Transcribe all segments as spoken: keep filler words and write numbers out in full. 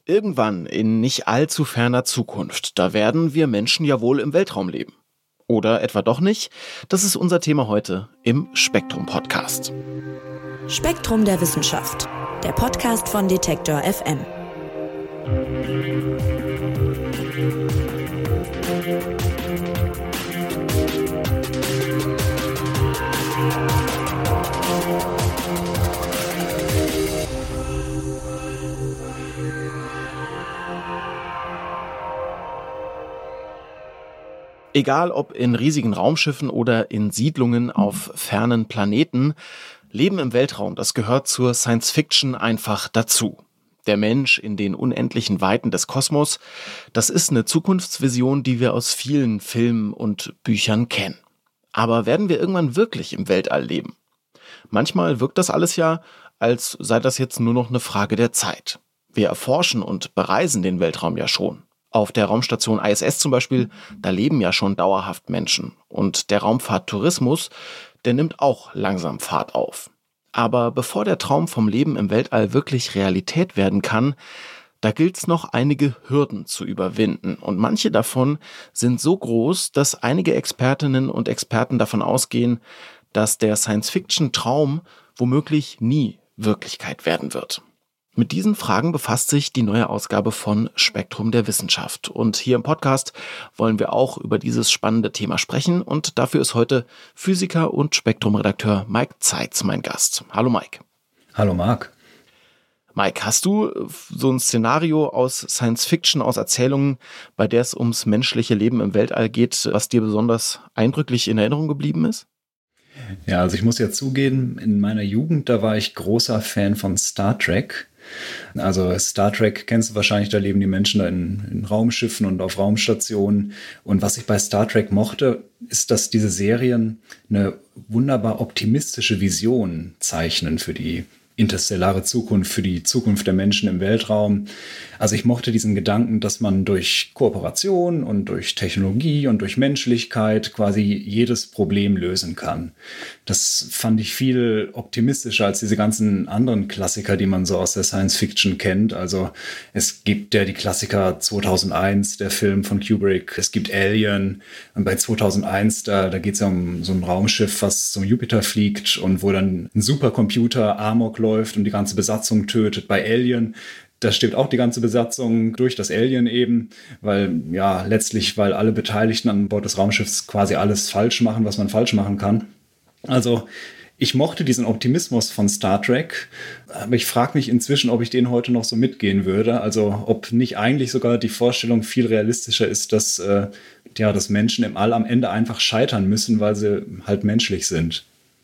Irgendwann in nicht allzu ferner Zukunft, da werden wir Menschen ja wohl im Weltraum leben. Oder etwa doch nicht? Das ist unser Thema heute im Spektrum-Podcast. Spektrum der Wissenschaft, der Podcast von Detektor F M. Egal ob in riesigen Raumschiffen oder in Siedlungen auf fernen Planeten, Leben im Weltraum, das gehört zur Science-Fiction einfach dazu. Der Mensch in den unendlichen Weiten des Kosmos, das ist eine Zukunftsvision, die wir aus vielen Filmen und Büchern kennen. Aber werden wir irgendwann wirklich im Weltall leben? Manchmal wirkt das alles ja, als sei das jetzt nur noch eine Frage der Zeit. Wir erforschen und bereisen den Weltraum ja schon. Auf der Raumstation I S S zum Beispiel, da leben ja schon dauerhaft Menschen. Und der Raumfahrttourismus, der nimmt auch langsam Fahrt auf. Aber bevor der Traum vom Leben im Weltall wirklich Realität werden kann, da gilt es noch einige Hürden zu überwinden. Und manche davon sind so groß, dass einige Expertinnen und Experten davon ausgehen, dass der Science-Fiction-Traum womöglich nie Wirklichkeit werden wird. Mit diesen Fragen befasst sich die neue Ausgabe von Spektrum der Wissenschaft. Und hier im Podcast wollen wir auch über dieses spannende Thema sprechen. Und dafür ist heute Physiker und Spektrum-Redakteur Mike Zeitz mein Gast. Hallo Mike. Hallo Marc. Mike, hast du so ein Szenario aus Science Fiction, aus Erzählungen, bei der es ums menschliche Leben im Weltall geht, was dir besonders eindrücklich in Erinnerung geblieben ist? Ja, also ich muss ja zugeben, in meiner Jugend, da war ich großer Fan von Star Trek. Also Star Trek kennst du wahrscheinlich, da leben die Menschen da in, in Raumschiffen und auf Raumstationen. Und was ich bei Star Trek mochte, ist, dass diese Serien eine wunderbar optimistische Vision zeichnen für die interstellare Zukunft, für die Zukunft der Menschen im Weltraum. Also ich mochte diesen Gedanken, dass man durch Kooperation und durch Technologie und durch Menschlichkeit quasi jedes Problem lösen kann. Das fand ich viel optimistischer als diese ganzen anderen Klassiker, die man so aus der Science Fiction kennt. Also es gibt ja die Klassiker zweitausendeins, der Film von Kubrick, es gibt Alien. Und bei zweitausendeins, da, da geht es ja um so ein Raumschiff, was zum Jupiter fliegt und wo dann ein Supercomputer Amok läuft und die ganze Besatzung tötet. Bei Alien, da stirbt auch die ganze Besatzung durch das Alien eben, weil ja letztlich, weil alle Beteiligten an Bord des Raumschiffs quasi alles falsch machen, was man falsch machen kann. Also ich mochte diesen Optimismus von Star Trek, aber ich frage mich inzwischen, ob ich den heute noch so mitgehen würde. Also ob nicht eigentlich sogar die Vorstellung viel realistischer ist, dass, äh, ja, dass Menschen im All am Ende einfach scheitern müssen, weil sie halt menschlich sind.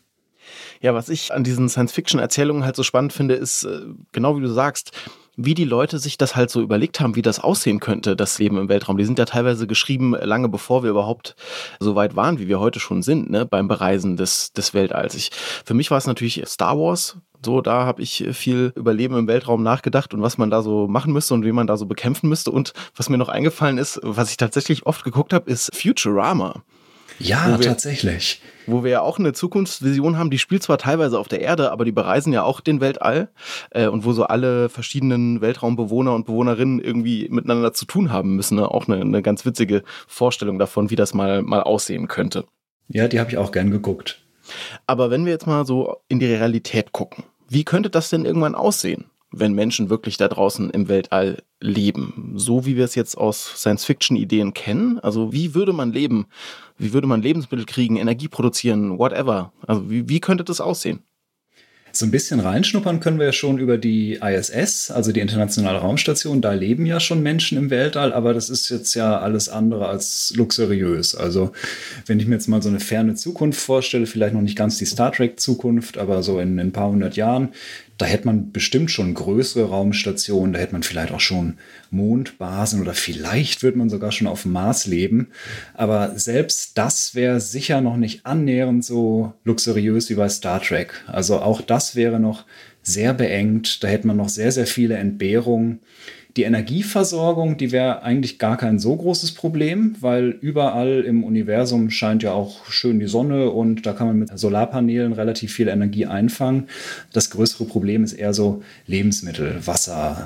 Ja, was ich an diesen Science-Fiction-Erzählungen halt so spannend finde, ist, genau wie du sagst, wie die Leute sich das halt so überlegt haben, wie das aussehen könnte, das Leben im Weltraum. Die sind ja teilweise geschrieben, lange bevor wir überhaupt so weit waren, wie wir heute schon sind, ne, beim Bereisen des, des Weltalls. Ich, für mich war es natürlich Star Wars. So, da habe ich viel über Leben im Weltraum nachgedacht und was man da so machen müsste und wie man da so bekämpfen müsste. Und was mir noch eingefallen ist, was ich tatsächlich oft geguckt habe, ist Futurama. Ja, wo wir, tatsächlich. Wo wir ja auch eine Zukunftsvision haben, die spielt zwar teilweise auf der Erde, aber die bereisen ja auch den Weltall äh, und wo so alle verschiedenen Weltraumbewohner und Bewohnerinnen irgendwie miteinander zu tun haben müssen. Ne? Auch eine, eine ganz witzige Vorstellung davon, wie das mal, mal aussehen könnte. Ja, die habe ich auch gern geguckt. Aber wenn wir jetzt mal so in die Realität gucken, wie könnte das denn irgendwann aussehen, wenn Menschen wirklich da draußen im Weltall leben? So wie wir es jetzt aus Science-Fiction-Ideen kennen. Also wie würde man leben? Wie würde man Lebensmittel kriegen, Energie produzieren, whatever? Also wie, wie könnte das aussehen? So ein bisschen reinschnuppern können wir ja schon über die I S S, also die Internationale Raumstation. Da leben ja schon Menschen im Weltall, aber das ist jetzt ja alles andere als luxuriös. Also wenn ich mir jetzt mal so eine ferne Zukunft vorstelle, vielleicht noch nicht ganz die Star Trek-Zukunft, aber so in, in ein paar hundert Jahren, da hätte man bestimmt schon größere Raumstationen, da hätte man vielleicht auch schon Mondbasen oder vielleicht wird man sogar schon auf dem Mars leben. Aber selbst das wäre sicher noch nicht annähernd so luxuriös wie bei Star Trek. Also auch das wäre noch sehr beengt, da hätte man noch sehr, sehr viele Entbehrungen. Die Energieversorgung, die wäre eigentlich gar kein so großes Problem, weil überall im Universum scheint ja auch schön die Sonne und da kann man mit Solarpanelen relativ viel Energie einfangen. Das größere Problem ist eher so Lebensmittel, Wasser,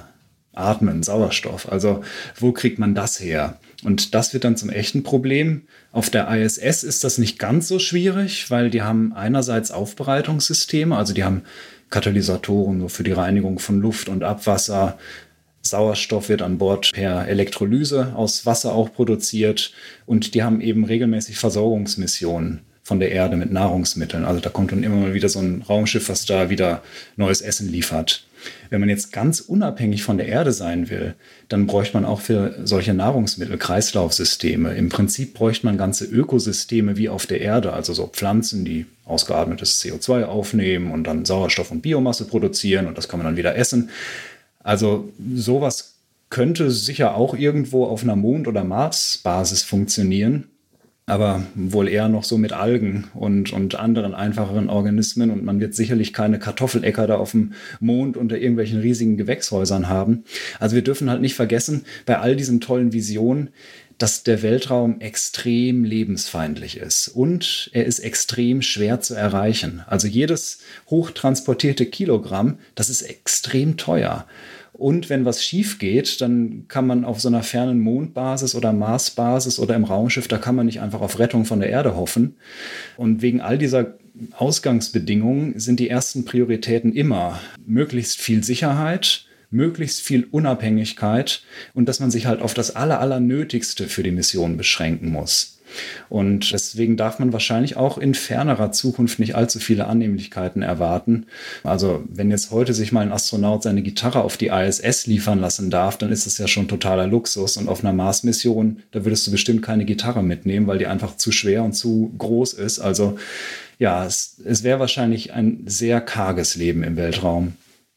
Atmen, Sauerstoff. Also wo kriegt man das her? Und das wird dann zum echten Problem. Auf der I S S ist das nicht ganz so schwierig, weil die haben einerseits Aufbereitungssysteme, also die haben Katalysatoren nur für die Reinigung von Luft und Abwasser. Sauerstoff wird an Bord per Elektrolyse aus Wasser auch produziert und die haben eben regelmäßig Versorgungsmissionen von der Erde mit Nahrungsmitteln. Also da kommt dann immer mal wieder so ein Raumschiff, was da wieder neues Essen liefert. Wenn man jetzt ganz unabhängig von der Erde sein will, dann bräuchte man auch für solche Nahrungsmittel Kreislaufsysteme. Im Prinzip bräuchte man ganze Ökosysteme wie auf der Erde, also so Pflanzen, die ausgeatmetes C O zwei aufnehmen und dann Sauerstoff und Biomasse produzieren und das kann man dann wieder essen. Also sowas könnte sicher auch irgendwo auf einer Mond- oder Mars-Basis funktionieren, aber wohl eher noch so mit Algen und, und anderen einfacheren Organismen. Und man wird sicherlich keine Kartoffeläcker da auf dem Mond unter irgendwelchen riesigen Gewächshäusern haben. Also wir dürfen halt nicht vergessen, bei all diesen tollen Visionen, dass der Weltraum extrem lebensfeindlich ist und er ist extrem schwer zu erreichen. Also jedes hochtransportierte Kilogramm, das ist extrem teuer. Und wenn was schief geht, dann kann man auf so einer fernen Mondbasis oder Marsbasis oder im Raumschiff, da kann man nicht einfach auf Rettung von der Erde hoffen. Und wegen all dieser Ausgangsbedingungen sind die ersten Prioritäten immer möglichst viel Sicherheit, möglichst viel Unabhängigkeit und dass man sich halt auf das Aller, Allernötigste für die Mission beschränken muss. Und deswegen darf man wahrscheinlich auch in fernerer Zukunft nicht allzu viele Annehmlichkeiten erwarten. Also wenn jetzt heute sich mal ein Astronaut seine Gitarre auf die I S S liefern lassen darf, dann ist das ja schon totaler Luxus. Und auf einer Mars-Mission, da würdest du bestimmt keine Gitarre mitnehmen, weil die einfach zu schwer und zu groß ist. Also ja, es, es wäre wahrscheinlich ein sehr karges Leben im Weltraum.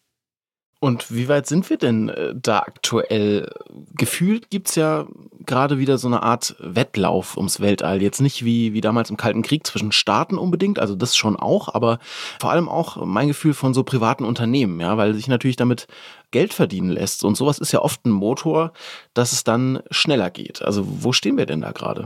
Und wie weit sind wir denn äh, da aktuell? Gefühlt gibt's ja gerade wieder so eine Art Wettlauf ums Weltall. Jetzt nicht wie, wie damals im Kalten Krieg zwischen Staaten unbedingt, also das schon auch, aber vor allem auch mein Gefühl von so privaten Unternehmen, ja, weil sich natürlich damit Geld verdienen lässt. Und sowas ist ja oft ein Motor, dass es dann schneller geht. Also wo stehen wir denn da gerade?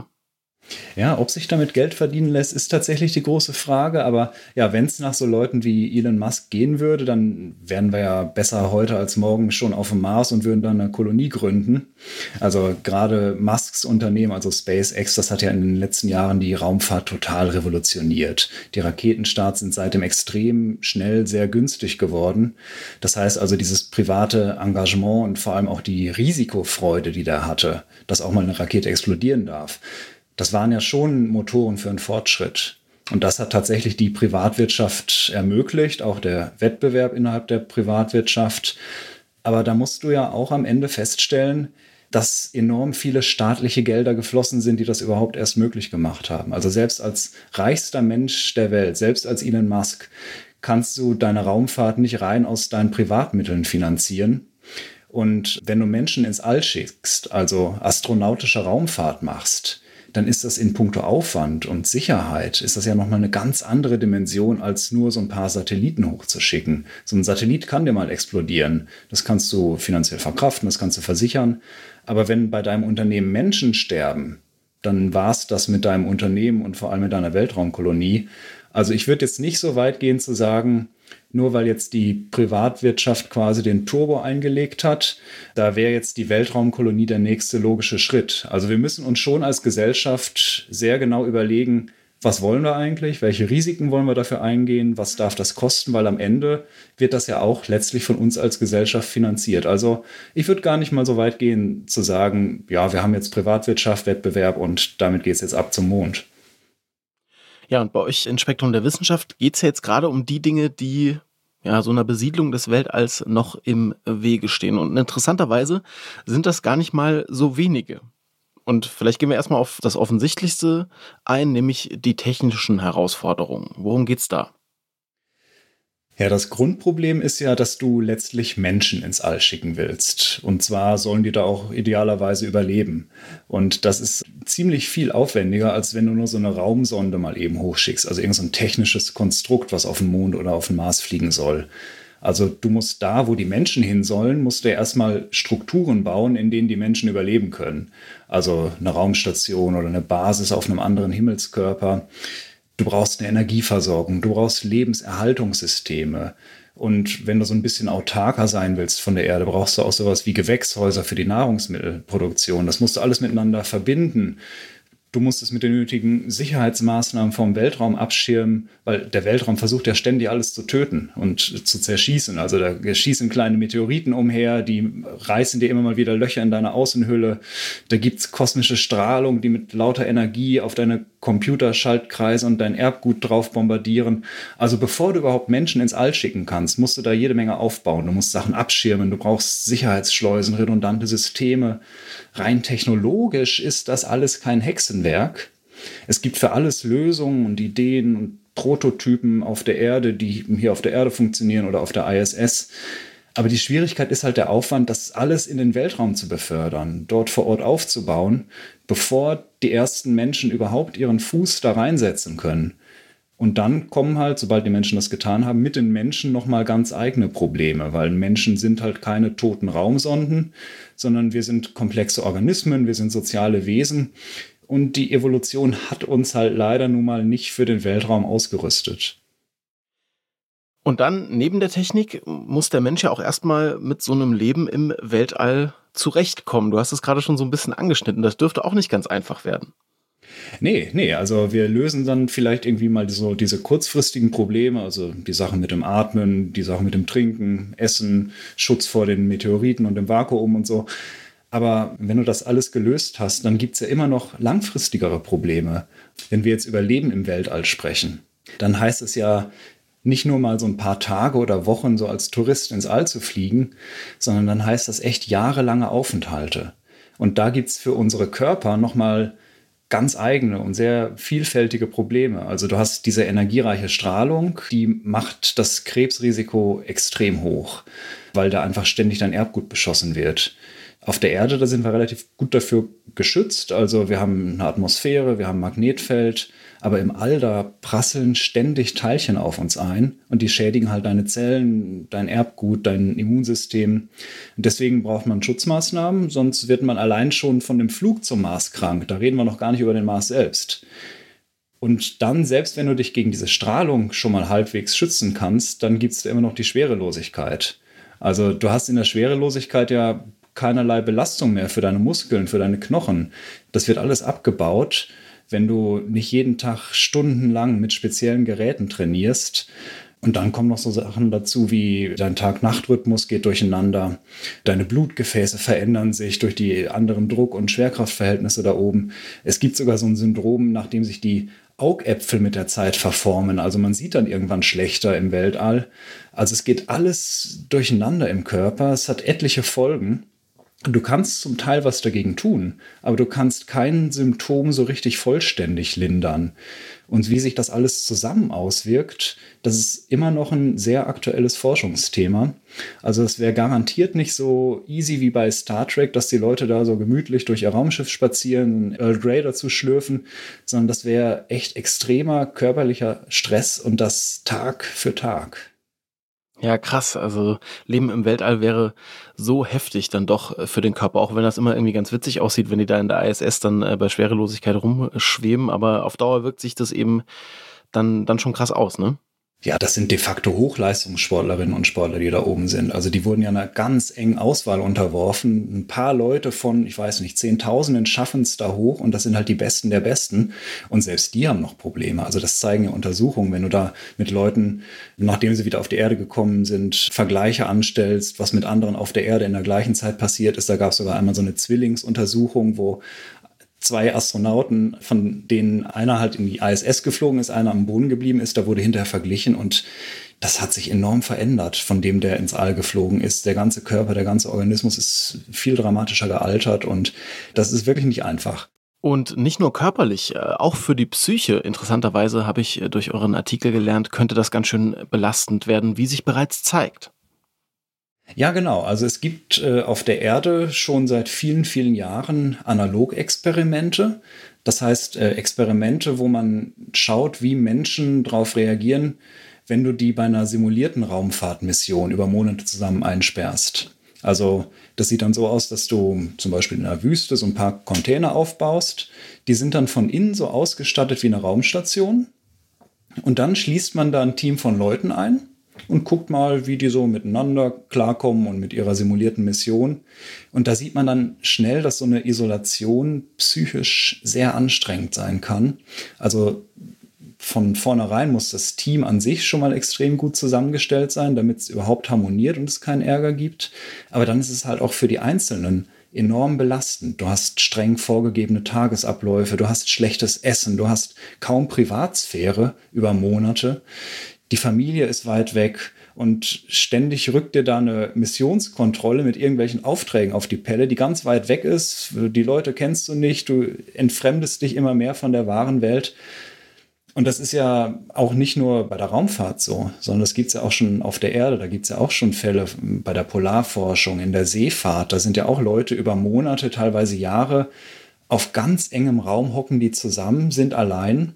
Ja, ob sich damit Geld verdienen lässt, ist tatsächlich die große Frage. Aber ja, wenn es nach so Leuten wie Elon Musk gehen würde, dann wären wir ja besser heute als morgen schon auf dem Mars und würden dann eine Kolonie gründen. Also gerade Musks Unternehmen, also SpaceX, das hat ja in den letzten Jahren die Raumfahrt total revolutioniert. Die Raketenstarts sind seitdem extrem schnell sehr günstig geworden. Das heißt also, dieses private Engagement und vor allem auch die Risikofreude, die der hatte, dass auch mal eine Rakete explodieren darf, das waren ja schon Motoren für einen Fortschritt. Und das hat tatsächlich die Privatwirtschaft ermöglicht, auch der Wettbewerb innerhalb der Privatwirtschaft. Aber da musst du ja auch am Ende feststellen, dass enorm viele staatliche Gelder geflossen sind, die das überhaupt erst möglich gemacht haben. Also selbst als reichster Mensch der Welt, selbst als Elon Musk, kannst du deine Raumfahrt nicht rein aus deinen Privatmitteln finanzieren. Und wenn du Menschen ins All schickst, also astronautische Raumfahrt machst, dann ist das in puncto Aufwand und Sicherheit, ist das ja nochmal eine ganz andere Dimension, als nur so ein paar Satelliten hochzuschicken. So ein Satellit kann dir mal explodieren. Das kannst du finanziell verkraften, das kannst du versichern. Aber wenn bei deinem Unternehmen Menschen sterben, dann war es das mit deinem Unternehmen und vor allem mit deiner Weltraumkolonie. Also ich würde jetzt nicht so weit gehen zu sagen, nur weil jetzt die Privatwirtschaft quasi den Turbo eingelegt hat, da wäre jetzt die Weltraumkolonie der nächste logische Schritt. Also wir müssen uns schon als Gesellschaft sehr genau überlegen, was wollen wir eigentlich, welche Risiken wollen wir dafür eingehen, was darf das kosten, weil am Ende wird das ja auch letztlich von uns als Gesellschaft finanziert. Also ich würde gar nicht mal so weit gehen zu sagen, ja, wir haben jetzt Privatwirtschaft, Wettbewerb und damit geht es jetzt ab zum Mond. Ja, und bei euch in Spektrum der Wissenschaft geht es ja jetzt gerade um die Dinge, die ja so einer Besiedlung des Weltalls noch im Wege stehen. Und interessanterweise sind das gar nicht mal so wenige. Und vielleicht gehen wir erstmal auf das Offensichtlichste ein, nämlich die technischen Herausforderungen. Worum geht's da? Ja, das Grundproblem ist ja, dass du letztlich Menschen ins All schicken willst. Und zwar sollen die da auch idealerweise überleben. Und das ist ziemlich viel aufwendiger, als wenn du nur so eine Raumsonde mal eben hochschickst. Also irgend so ein technisches Konstrukt, was auf den Mond oder auf den Mars fliegen soll. Also du musst da, wo die Menschen hin sollen, musst du ja erstmal Strukturen bauen, in denen die Menschen überleben können. Also eine Raumstation oder eine Basis auf einem anderen Himmelskörper. Du brauchst eine Energieversorgung, du brauchst Lebenserhaltungssysteme Und wenn du so ein bisschen autarker sein willst von der Erde, brauchst du auch sowas wie Gewächshäuser für die Nahrungsmittelproduktion. Das musst du alles miteinander verbinden. Du musst es mit den nötigen Sicherheitsmaßnahmen vom Weltraum abschirmen, weil der Weltraum versucht ja ständig alles zu töten und zu zerschießen. Also da schießen kleine Meteoriten umher, die reißen dir immer mal wieder Löcher in deine Außenhülle. Da gibt es kosmische Strahlung, die mit lauter Energie auf deine Computerschaltkreise und dein Erbgut drauf bombardieren. Also bevor du überhaupt Menschen ins All schicken kannst, musst du da jede Menge aufbauen. Du musst Sachen abschirmen, du brauchst Sicherheitsschleusen, redundante Systeme. Rein technologisch ist das alles kein Hexenwerk. Es gibt für alles Lösungen und Ideen und Prototypen auf der Erde, die hier auf der Erde funktionieren oder auf der I S S. Aber die Schwierigkeit ist halt der Aufwand, das alles in den Weltraum zu befördern, dort vor Ort aufzubauen, bevor die ersten Menschen überhaupt ihren Fuß da reinsetzen können. Und dann kommen halt, sobald die Menschen das getan haben, mit den Menschen nochmal ganz eigene Probleme, weil Menschen sind halt keine toten Raumsonden, sondern wir sind komplexe Organismen, wir sind soziale Wesen. Und die Evolution hat uns halt leider nun mal nicht für den Weltraum ausgerüstet. Und dann, neben der Technik, muss der Mensch ja auch erstmal mit so einem Leben im Weltall zurechtkommen. Du hast es gerade schon so ein bisschen angeschnitten. Das dürfte auch nicht ganz einfach werden. Nee, nee, also wir lösen dann vielleicht irgendwie mal so diese kurzfristigen Probleme, also die Sachen mit dem Atmen, die Sachen mit dem Trinken, Essen, Schutz vor den Meteoriten und dem Vakuum und so. Aber wenn du das alles gelöst hast, dann gibt es ja immer noch langfristigere Probleme. Wenn wir jetzt über Leben im Weltall sprechen, dann heißt es ja nicht nur mal so ein paar Tage oder Wochen so als Tourist ins All zu fliegen, sondern dann heißt das echt jahrelange Aufenthalte. Und da gibt es für unsere Körper nochmal ganz eigene und sehr vielfältige Probleme. Also du hast diese energiereiche Strahlung, die macht das Krebsrisiko extrem hoch, weil da einfach ständig dein Erbgut beschossen wird. Auf der Erde, da sind wir relativ gut dafür geschützt. Also wir haben eine Atmosphäre, wir haben ein Magnetfeld, aber im All, da prasseln ständig Teilchen auf uns ein und die schädigen halt deine Zellen, dein Erbgut, dein Immunsystem. Und deswegen braucht man Schutzmaßnahmen, sonst wird man allein schon von dem Flug zum Mars krank. Da reden wir noch gar nicht über den Mars selbst. Und dann, selbst wenn du dich gegen diese Strahlung schon mal halbwegs schützen kannst, dann gibt es da immer noch die Schwerelosigkeit. Also du hast in der Schwerelosigkeit ja keinerlei Belastung mehr für deine Muskeln, für deine Knochen. Das wird alles abgebaut, wenn du nicht jeden Tag stundenlang mit speziellen Geräten trainierst. Und dann kommen noch so Sachen dazu wie dein Tag-Nacht-Rhythmus geht durcheinander, deine Blutgefäße verändern sich durch die anderen Druck- und Schwerkraftverhältnisse da oben. Es gibt sogar so ein Syndrom, nachdem sich die Augäpfel mit der Zeit verformen. Also man sieht dann irgendwann schlechter im Weltall. Also es geht alles durcheinander im Körper. Es hat etliche Folgen. Du kannst zum Teil was dagegen tun, aber du kannst kein Symptom so richtig vollständig lindern. Und wie sich das alles zusammen auswirkt, das ist immer noch ein sehr aktuelles Forschungsthema. Also es wäre garantiert nicht so easy wie bei Star Trek, dass die Leute da so gemütlich durch ihr Raumschiff spazieren, Earl Grey dazu schlürfen, sondern das wäre echt extremer körperlicher Stress und das Tag für Tag. Ja, krass. Also Leben im Weltall wäre so heftig dann doch für den Körper, auch wenn das immer irgendwie ganz witzig aussieht, wenn die da in der I S S dann äh, bei Schwerelosigkeit rumschweben. Aber auf Dauer wirkt sich das eben dann, dann schon krass aus, ne? Ja, das sind de facto Hochleistungssportlerinnen und Sportler, die da oben sind. Also die wurden ja einer ganz engen Auswahl unterworfen. Ein paar Leute von, ich weiß nicht, Zehntausenden schaffen es da hoch und das sind halt die Besten der Besten. Und selbst die haben noch Probleme. Also das zeigen ja Untersuchungen. Wenn du da mit Leuten, nachdem sie wieder auf die Erde gekommen sind, Vergleiche anstellst, was mit anderen auf der Erde in der gleichen Zeit passiert ist. Da gab es sogar einmal so eine Zwillingsuntersuchung, wo zwei Astronauten, von denen einer halt in die I S S geflogen ist, einer am Boden geblieben ist, da wurde hinterher verglichen und das hat sich enorm verändert, von dem der ins All geflogen ist. Der ganze Körper, der ganze Organismus ist viel dramatischer gealtert und das ist wirklich nicht einfach. Und nicht nur körperlich, auch für die Psyche, interessanterweise habe ich durch euren Artikel gelernt, könnte das ganz schön belastend werden, wie sich bereits zeigt. Ja, genau. Also es gibt äh, auf der Erde schon seit vielen, vielen Jahren Analogexperimente. Das heißt äh, Experimente, wo man schaut, wie Menschen darauf reagieren, wenn du die bei einer simulierten Raumfahrtmission über Monate zusammen einsperrst. Also das sieht dann so aus, dass du zum Beispiel in der Wüste so ein paar Container aufbaust. Die sind dann von innen so ausgestattet wie eine Raumstation. Und dann schließt man da ein Team von Leuten ein. und guckt mal, wie die so miteinander klarkommen und mit ihrer simulierten Mission. Und da sieht man dann schnell, dass so eine Isolation psychisch sehr anstrengend sein kann. Also von vornherein muss das Team an sich schon mal extrem gut zusammengestellt sein, damit es überhaupt harmoniert und es keinen Ärger gibt. Aber dann ist es halt auch für die Einzelnen enorm belastend. Du hast streng vorgegebene Tagesabläufe, du hast schlechtes Essen, du hast kaum Privatsphäre über Monate. Die Familie ist weit weg und ständig rückt dir da eine Missionskontrolle mit irgendwelchen Aufträgen auf die Pelle, die ganz weit weg ist. Die Leute kennst du nicht, du entfremdest dich immer mehr von der wahren Welt. Und das ist ja auch nicht nur bei der Raumfahrt so, sondern das gibt es ja auch schon auf der Erde. Da gibt es ja auch schon Fälle bei der Polarforschung, in der Seefahrt. Da sind ja auch Leute über Monate, teilweise Jahre auf ganz engem Raum hocken die zusammen, sind allein.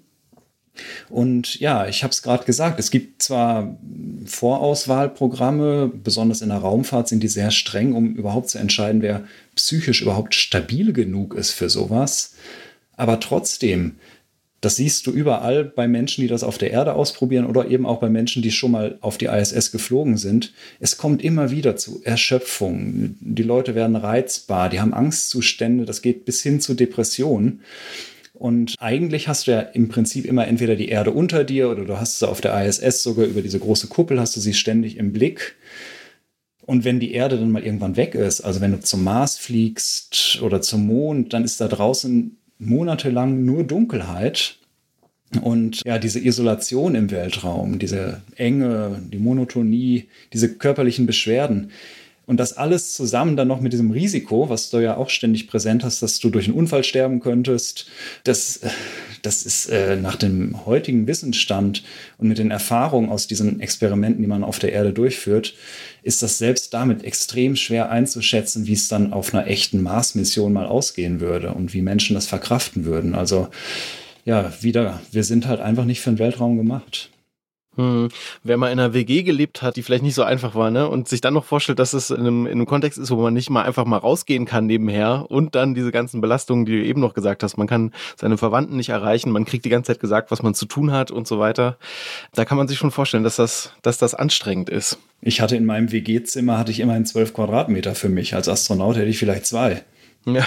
Und ja, ich habe es gerade gesagt, es gibt zwar Vorauswahlprogramme, besonders in der Raumfahrt sind die sehr streng, um überhaupt zu entscheiden, wer psychisch überhaupt stabil genug ist für sowas. Aber trotzdem, das siehst du überall bei Menschen, die das auf der Erde ausprobieren oder eben auch bei Menschen, die schon mal auf die I S S geflogen sind. Es kommt immer wieder zu Erschöpfung. Die Leute werden reizbar, die haben Angstzustände, das geht bis hin zu Depressionen. Und eigentlich hast du ja im Prinzip immer entweder die Erde unter dir oder du hast sie auf der I S S sogar über diese große Kuppel, hast du sie ständig im Blick. Und wenn die Erde dann mal irgendwann weg ist, also wenn du zum Mars fliegst oder zum Mond, dann ist da draußen monatelang nur Dunkelheit. Und ja, diese Isolation im Weltraum, diese Enge, die Monotonie, diese körperlichen Beschwerden und das alles zusammen dann noch mit diesem Risiko, was du ja auch ständig präsent hast, dass du durch einen Unfall sterben könntest, das, das ist äh, nach dem heutigen Wissensstand und mit den Erfahrungen aus diesen Experimenten, die man auf der Erde durchführt, ist das selbst damit extrem schwer einzuschätzen, wie es dann auf einer echten Mars-Mission mal ausgehen würde und wie Menschen das verkraften würden. Also ja, wieder, wir sind halt einfach nicht für den Weltraum gemacht. Hm. Wer mal in einer W G gelebt hat, die vielleicht nicht so einfach war, ne, und sich dann noch vorstellt, dass es in einem, in einem Kontext ist, wo man nicht mal einfach mal rausgehen kann nebenher und dann diese ganzen Belastungen, die du eben noch gesagt hast, man kann seine Verwandten nicht erreichen, man kriegt die ganze Zeit gesagt, was man zu tun hat und so weiter. Da kann man sich schon vorstellen, dass das, dass das anstrengend ist. Ich hatte in meinem W G-Zimmer, hatte ich immerhin zwölf Quadratmeter für mich. Als Astronaut hätte ich vielleicht zwei. Ja.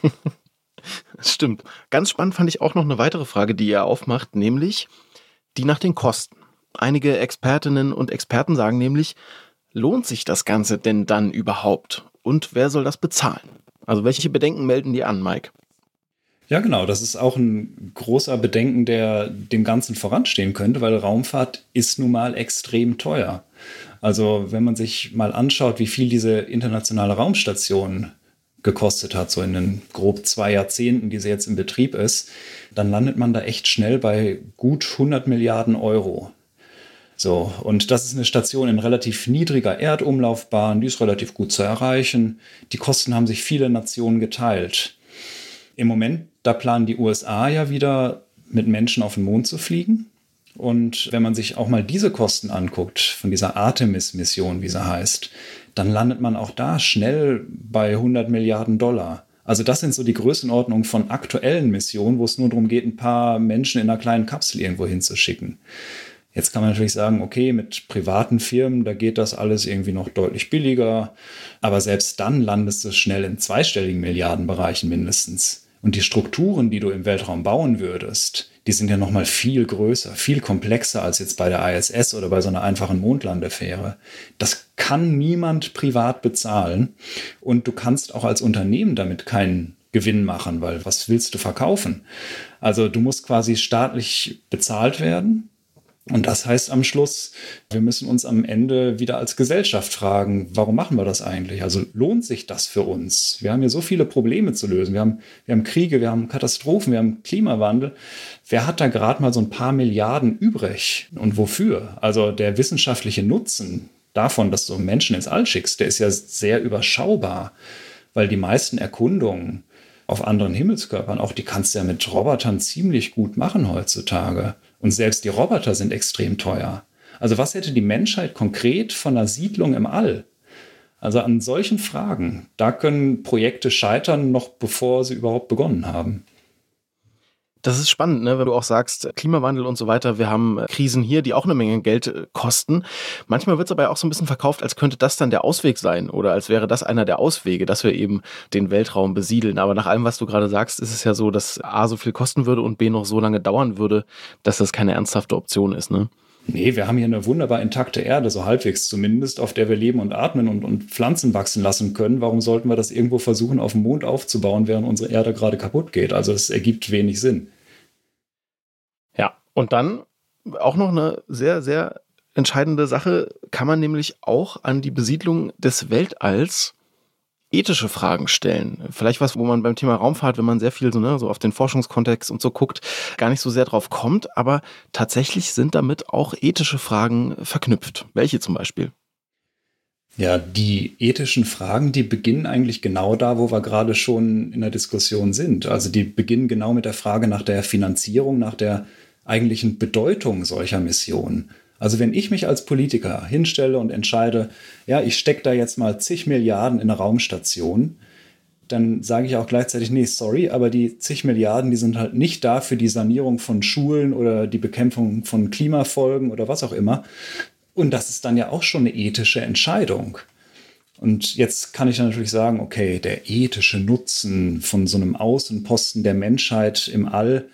Das stimmt. Ganz spannend fand ich auch noch eine weitere Frage, die ihr aufmacht, nämlich die nach den Kosten. Einige Expertinnen und Experten sagen nämlich, lohnt sich das Ganze denn dann überhaupt? Und wer soll das bezahlen? Also welche Bedenken melden die an, Mike? Ja, genau. Das ist auch ein großer Bedenken, der dem Ganzen voranstehen könnte, weil Raumfahrt ist nun mal extrem teuer. Also wenn man sich mal anschaut, wie viel diese internationale Raumstation gekostet hat, so in den grob zwei Jahrzehnten, die sie jetzt in Betrieb ist, dann landet man da echt schnell bei gut hundert Milliarden Euro. So, und das ist eine Station in relativ niedriger Erdumlaufbahn, die ist relativ gut zu erreichen. Die Kosten haben sich viele Nationen geteilt. Im Moment, da planen die U S A ja wieder, mit Menschen auf den Mond zu fliegen. Und wenn man sich auch mal diese Kosten anguckt, von dieser Artemis-Mission, wie sie heißt, dann landet man auch da schnell bei hundert Milliarden Dollar. Also das sind so die Größenordnungen von aktuellen Missionen, wo es nur darum geht, ein paar Menschen in einer kleinen Kapsel irgendwo hinzuschicken. Jetzt kann man natürlich sagen, okay, mit privaten Firmen, da geht das alles irgendwie noch deutlich billiger. Aber selbst dann landest du schnell in zweistelligen Milliardenbereichen mindestens. Und die Strukturen, die du im Weltraum bauen würdest, die sind ja noch mal viel größer, viel komplexer als jetzt bei der I S S oder bei so einer einfachen Mondlandefähre. Das kann niemand privat bezahlen. Und du kannst auch als Unternehmen damit keinen Gewinn machen, weil was willst du verkaufen? Also du musst quasi staatlich bezahlt werden. Und das heißt am Schluss, wir müssen uns am Ende wieder als Gesellschaft fragen, warum machen wir das eigentlich? Also lohnt sich das für uns? Wir haben hier so viele Probleme zu lösen. Wir haben, wir haben Kriege, wir haben Katastrophen, wir haben Klimawandel. Wer hat da gerade mal so ein paar Milliarden übrig? Und wofür? Also der wissenschaftliche Nutzen davon, dass du Menschen ins All schickst, der ist ja sehr überschaubar, weil die meisten Erkundungen auf anderen Himmelskörpern, auch die kannst du ja mit Robotern ziemlich gut machen heutzutage. Und selbst die Roboter sind extrem teuer. Also was hätte die Menschheit konkret von einer Siedlung im All? Also an solchen Fragen, da können Projekte scheitern, noch bevor sie überhaupt begonnen haben. Das ist spannend, ne? Wenn du auch sagst, Klimawandel und so weiter, wir haben Krisen hier, die auch eine Menge Geld kosten. Manchmal wird es aber auch so ein bisschen verkauft, als könnte das dann der Ausweg sein oder als wäre das einer der Auswege, dass wir eben den Weltraum besiedeln. Aber nach allem, was du gerade sagst, ist es ja so, dass A so viel kosten würde und B noch so lange dauern würde, dass das keine ernsthafte Option ist, ne? Nee, wir haben hier eine wunderbar intakte Erde, so halbwegs zumindest, auf der wir leben und atmen und, und Pflanzen wachsen lassen können. Warum sollten wir das irgendwo versuchen, auf dem Mond aufzubauen, während unsere Erde gerade kaputt geht? Also es ergibt wenig Sinn. Ja, und dann auch noch eine sehr, sehr entscheidende Sache, kann man nämlich auch an die Besiedlung des Weltalls ethische Fragen stellen. Vielleicht was, wo man beim Thema Raumfahrt, wenn man sehr viel so, ne, so auf den Forschungskontext und so guckt, gar nicht so sehr drauf kommt, aber tatsächlich sind damit auch ethische Fragen verknüpft. Welche zum Beispiel? Ja, die ethischen Fragen, die beginnen eigentlich genau da, wo wir gerade schon in der Diskussion sind. Also die beginnen genau mit der Frage nach der Finanzierung, nach der eigentlichen Bedeutung solcher Missionen. Also wenn ich mich als Politiker hinstelle und entscheide, ja, ich stecke da jetzt mal zig Milliarden in eine Raumstation, dann sage ich auch gleichzeitig, nee, sorry, aber die zig Milliarden, die sind halt nicht da für die Sanierung von Schulen oder die Bekämpfung von Klimafolgen oder was auch immer. Und das ist dann ja auch schon eine ethische Entscheidung. Und jetzt kann ich dann natürlich sagen, okay, der ethische Nutzen von so einem Außenposten der Menschheit im All,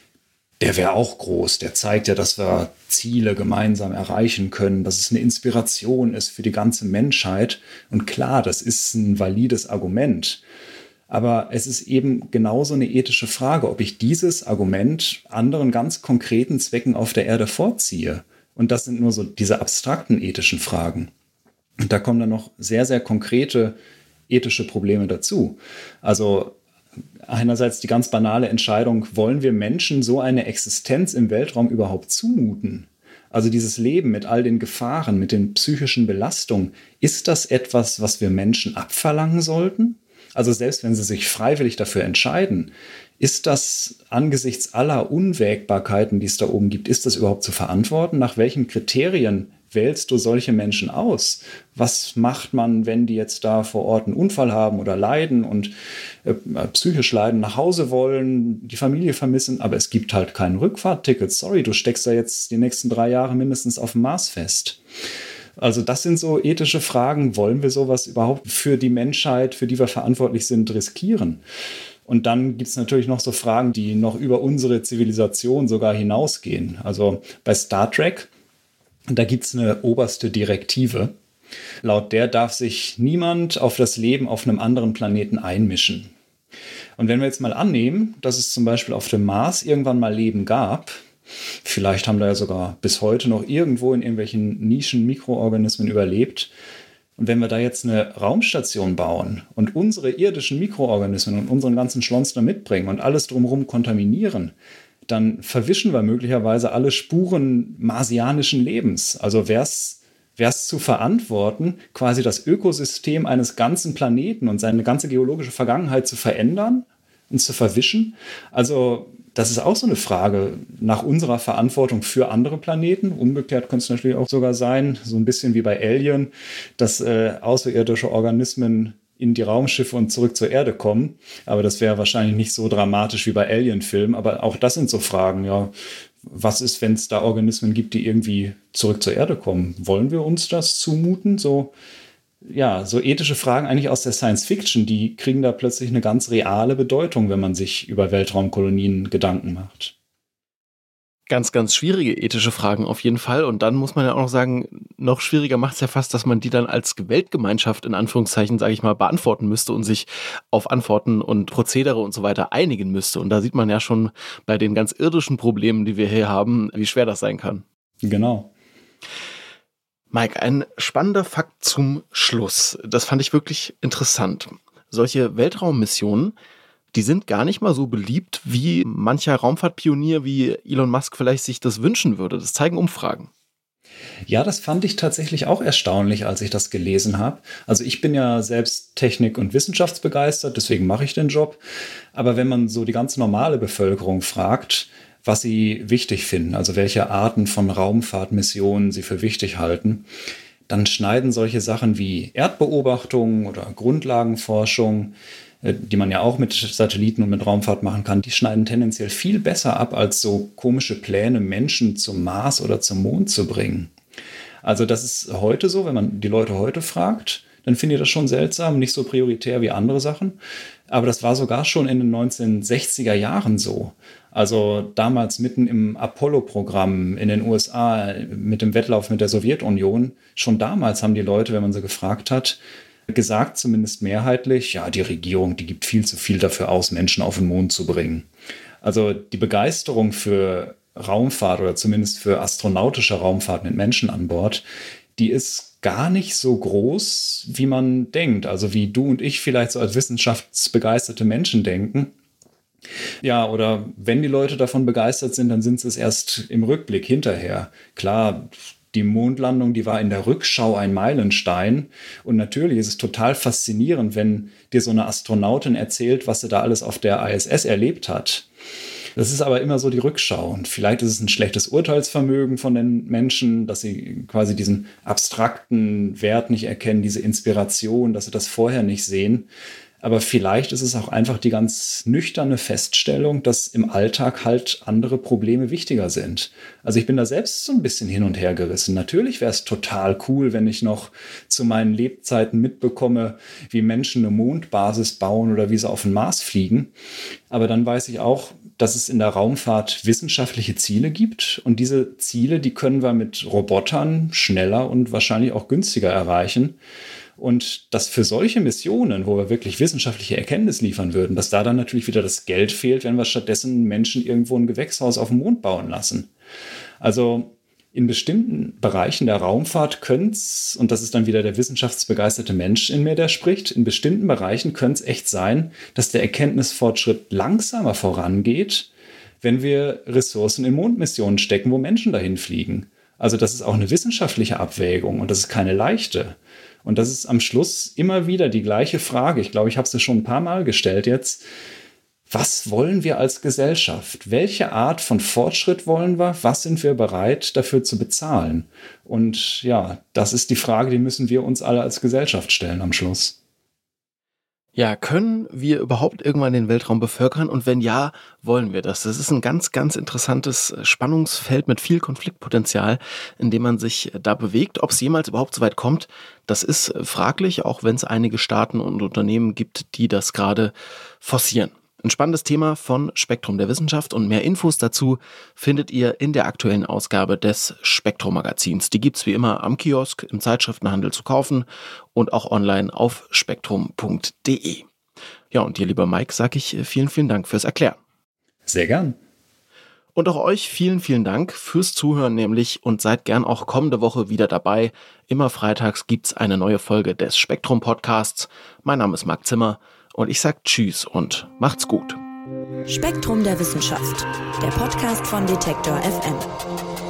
der wäre auch groß. Der zeigt ja, dass wir Ziele gemeinsam erreichen können, dass es eine Inspiration ist für die ganze Menschheit. Und klar, das ist ein valides Argument. Aber es ist eben genauso eine ethische Frage, ob ich dieses Argument anderen ganz konkreten Zwecken auf der Erde vorziehe. Und das sind nur so diese abstrakten ethischen Fragen. Und da kommen dann noch sehr, sehr konkrete ethische Probleme dazu. Also einerseits die ganz banale Entscheidung, wollen wir Menschen so eine Existenz im Weltraum überhaupt zumuten? Also dieses Leben mit all den Gefahren, mit den psychischen Belastungen, ist das etwas, was wir Menschen abverlangen sollten? Also selbst wenn sie sich freiwillig dafür entscheiden, ist das angesichts aller Unwägbarkeiten, die es da oben gibt, ist das überhaupt zu verantworten? Nach welchen Kriterien wählst du solche Menschen aus? Was macht man, wenn die jetzt da vor Ort einen Unfall haben oder leiden und äh, psychisch leiden, nach Hause wollen, die Familie vermissen, aber es gibt halt kein Rückfahrtticket. Sorry, du steckst da jetzt die nächsten drei Jahre mindestens auf dem Mars fest. Also das sind so ethische Fragen. Wollen wir sowas überhaupt für die Menschheit, für die wir verantwortlich sind, riskieren? Und dann gibt es natürlich noch so Fragen, die noch über unsere Zivilisation sogar hinausgehen. Also bei Star Trek, da gibt es eine oberste Direktive. Laut der darf sich niemand auf das Leben auf einem anderen Planeten einmischen. Und wenn wir jetzt mal annehmen, dass es zum Beispiel auf dem Mars irgendwann mal Leben gab, vielleicht haben da ja sogar bis heute noch irgendwo in irgendwelchen Nischen Mikroorganismen überlebt. Und wenn wir da jetzt eine Raumstation bauen und unsere irdischen Mikroorganismen und unseren ganzen Schlons da mitbringen und alles drumherum kontaminieren, dann verwischen wir möglicherweise alle Spuren marsianischen Lebens. Also wäre es zu verantworten, quasi das Ökosystem eines ganzen Planeten und seine ganze geologische Vergangenheit zu verändern und zu verwischen? Also das ist auch so eine Frage nach unserer Verantwortung für andere Planeten. Umgekehrt könnte es natürlich auch sogar sein, so ein bisschen wie bei Alien, dass äh, außerirdische Organismen in die Raumschiffe und zurück zur Erde kommen. Aber das wäre wahrscheinlich nicht so dramatisch wie bei Alien-Filmen. Aber auch das sind so Fragen, ja. Was ist, wenn es da Organismen gibt, die irgendwie zurück zur Erde kommen? Wollen wir uns das zumuten? So, ja, so ethische Fragen eigentlich aus der Science Fiction, die kriegen da plötzlich eine ganz reale Bedeutung, wenn man sich über Weltraumkolonien Gedanken macht. Ganz, ganz schwierige ethische Fragen auf jeden Fall. Und dann muss man ja auch noch sagen, noch schwieriger macht es ja fast, dass man die dann als Weltgemeinschaft in Anführungszeichen, sage ich mal, beantworten müsste und sich auf Antworten und Prozedere und so weiter einigen müsste. Und da sieht man ja schon bei den ganz irdischen Problemen, die wir hier haben, wie schwer das sein kann. Genau. Mike, ein spannender Fakt zum Schluss. Das fand ich wirklich interessant. Solche Weltraummissionen, die sind gar nicht mal so beliebt, wie mancher Raumfahrtpionier wie Elon Musk vielleicht sich das wünschen würde. Das zeigen Umfragen. Ja, das fand ich tatsächlich auch erstaunlich, als ich das gelesen habe. Also ich bin ja selbst Technik- und Wissenschaftsbegeistert, deswegen mache ich den Job. Aber wenn man so die ganz normale Bevölkerung fragt, was sie wichtig finden, also welche Arten von Raumfahrtmissionen sie für wichtig halten, dann schneiden solche Sachen wie Erdbeobachtung oder Grundlagenforschung, die man ja auch mit Satelliten und mit Raumfahrt machen kann, die schneiden tendenziell viel besser ab, als so komische Pläne, Menschen zum Mars oder zum Mond zu bringen. Also das ist heute so, wenn man die Leute heute fragt, dann finde ich das schon seltsam, nicht so prioritär wie andere Sachen. Aber das war sogar schon in den neunzehnhundertsechziger Jahren so. Also damals mitten im Apollo-Programm in den U S A mit dem Wettlauf mit der Sowjetunion. Schon damals haben die Leute, wenn man sie gefragt hat, gesagt, zumindest mehrheitlich, ja, die Regierung, die gibt viel zu viel dafür aus, Menschen auf den Mond zu bringen. Also die Begeisterung für Raumfahrt oder zumindest für astronautische Raumfahrt mit Menschen an Bord, die ist gar nicht so groß, wie man denkt. Also wie du und ich vielleicht so als wissenschaftsbegeisterte Menschen denken. Ja, oder wenn die Leute davon begeistert sind, dann sind sie es erst im Rückblick hinterher. Klar, die Mondlandung, die war in der Rückschau ein Meilenstein. Und natürlich ist es total faszinierend, wenn dir so eine Astronautin erzählt, was sie da alles auf der I S S erlebt hat. Das ist aber immer so die Rückschau. Und vielleicht ist es ein schlechtes Urteilsvermögen von den Menschen, dass sie quasi diesen abstrakten Wert nicht erkennen, diese Inspiration, dass sie das vorher nicht sehen. Aber vielleicht ist es auch einfach die ganz nüchterne Feststellung, dass im Alltag halt andere Probleme wichtiger sind. Also ich bin da selbst so ein bisschen hin und her gerissen. Natürlich wäre es total cool, wenn ich noch zu meinen Lebzeiten mitbekomme, wie Menschen eine Mondbasis bauen oder wie sie auf den Mars fliegen. Aber dann weiß ich auch, dass es in der Raumfahrt wissenschaftliche Ziele gibt. Und diese Ziele, die können wir mit Robotern schneller und wahrscheinlich auch günstiger erreichen. Und dass für solche Missionen, wo wir wirklich wissenschaftliche Erkenntnis liefern würden, dass da dann natürlich wieder das Geld fehlt, wenn wir stattdessen Menschen irgendwo ein Gewächshaus auf dem Mond bauen lassen. Also in bestimmten Bereichen der Raumfahrt könnte es, und das ist dann wieder der wissenschaftsbegeisterte Mensch in mir, der spricht, in bestimmten Bereichen könnte es echt sein, dass der Erkenntnisfortschritt langsamer vorangeht, wenn wir Ressourcen in Mondmissionen stecken, wo Menschen dahin fliegen. Also das ist auch eine wissenschaftliche Abwägung und das ist keine leichte. Und das ist am Schluss immer wieder die gleiche Frage. Ich glaube, ich habe sie schon ein paar Mal gestellt jetzt. Was wollen wir als Gesellschaft? Welche Art von Fortschritt wollen wir? Was sind wir bereit, dafür zu bezahlen? Und ja, das ist die Frage, die müssen wir uns alle als Gesellschaft stellen am Schluss. Ja, können wir überhaupt irgendwann den Weltraum bevölkern? Und wenn ja, wollen wir das? Das ist ein ganz, ganz interessantes Spannungsfeld mit viel Konfliktpotenzial, in dem man sich da bewegt. Ob es jemals überhaupt so weit kommt, das ist fraglich, auch wenn es einige Staaten und Unternehmen gibt, die das gerade forcieren. Ein spannendes Thema von Spektrum der Wissenschaft und mehr Infos dazu findet ihr in der aktuellen Ausgabe des Spektrum-Magazins. Die gibt's wie immer am Kiosk, im Zeitschriftenhandel zu kaufen und auch online auf spektrum punkt de. Ja, und dir, lieber Mike, sage ich vielen, vielen Dank fürs Erklären. Sehr gern. Und auch euch vielen, vielen Dank fürs Zuhören nämlich und seid gern auch kommende Woche wieder dabei. Immer freitags gibt's eine neue Folge des Spektrum-Podcasts. Mein Name ist Marc Zimmer. Und ich sag Tschüss und macht's gut. Spektrum der Wissenschaft, der Podcast von Detektor F M.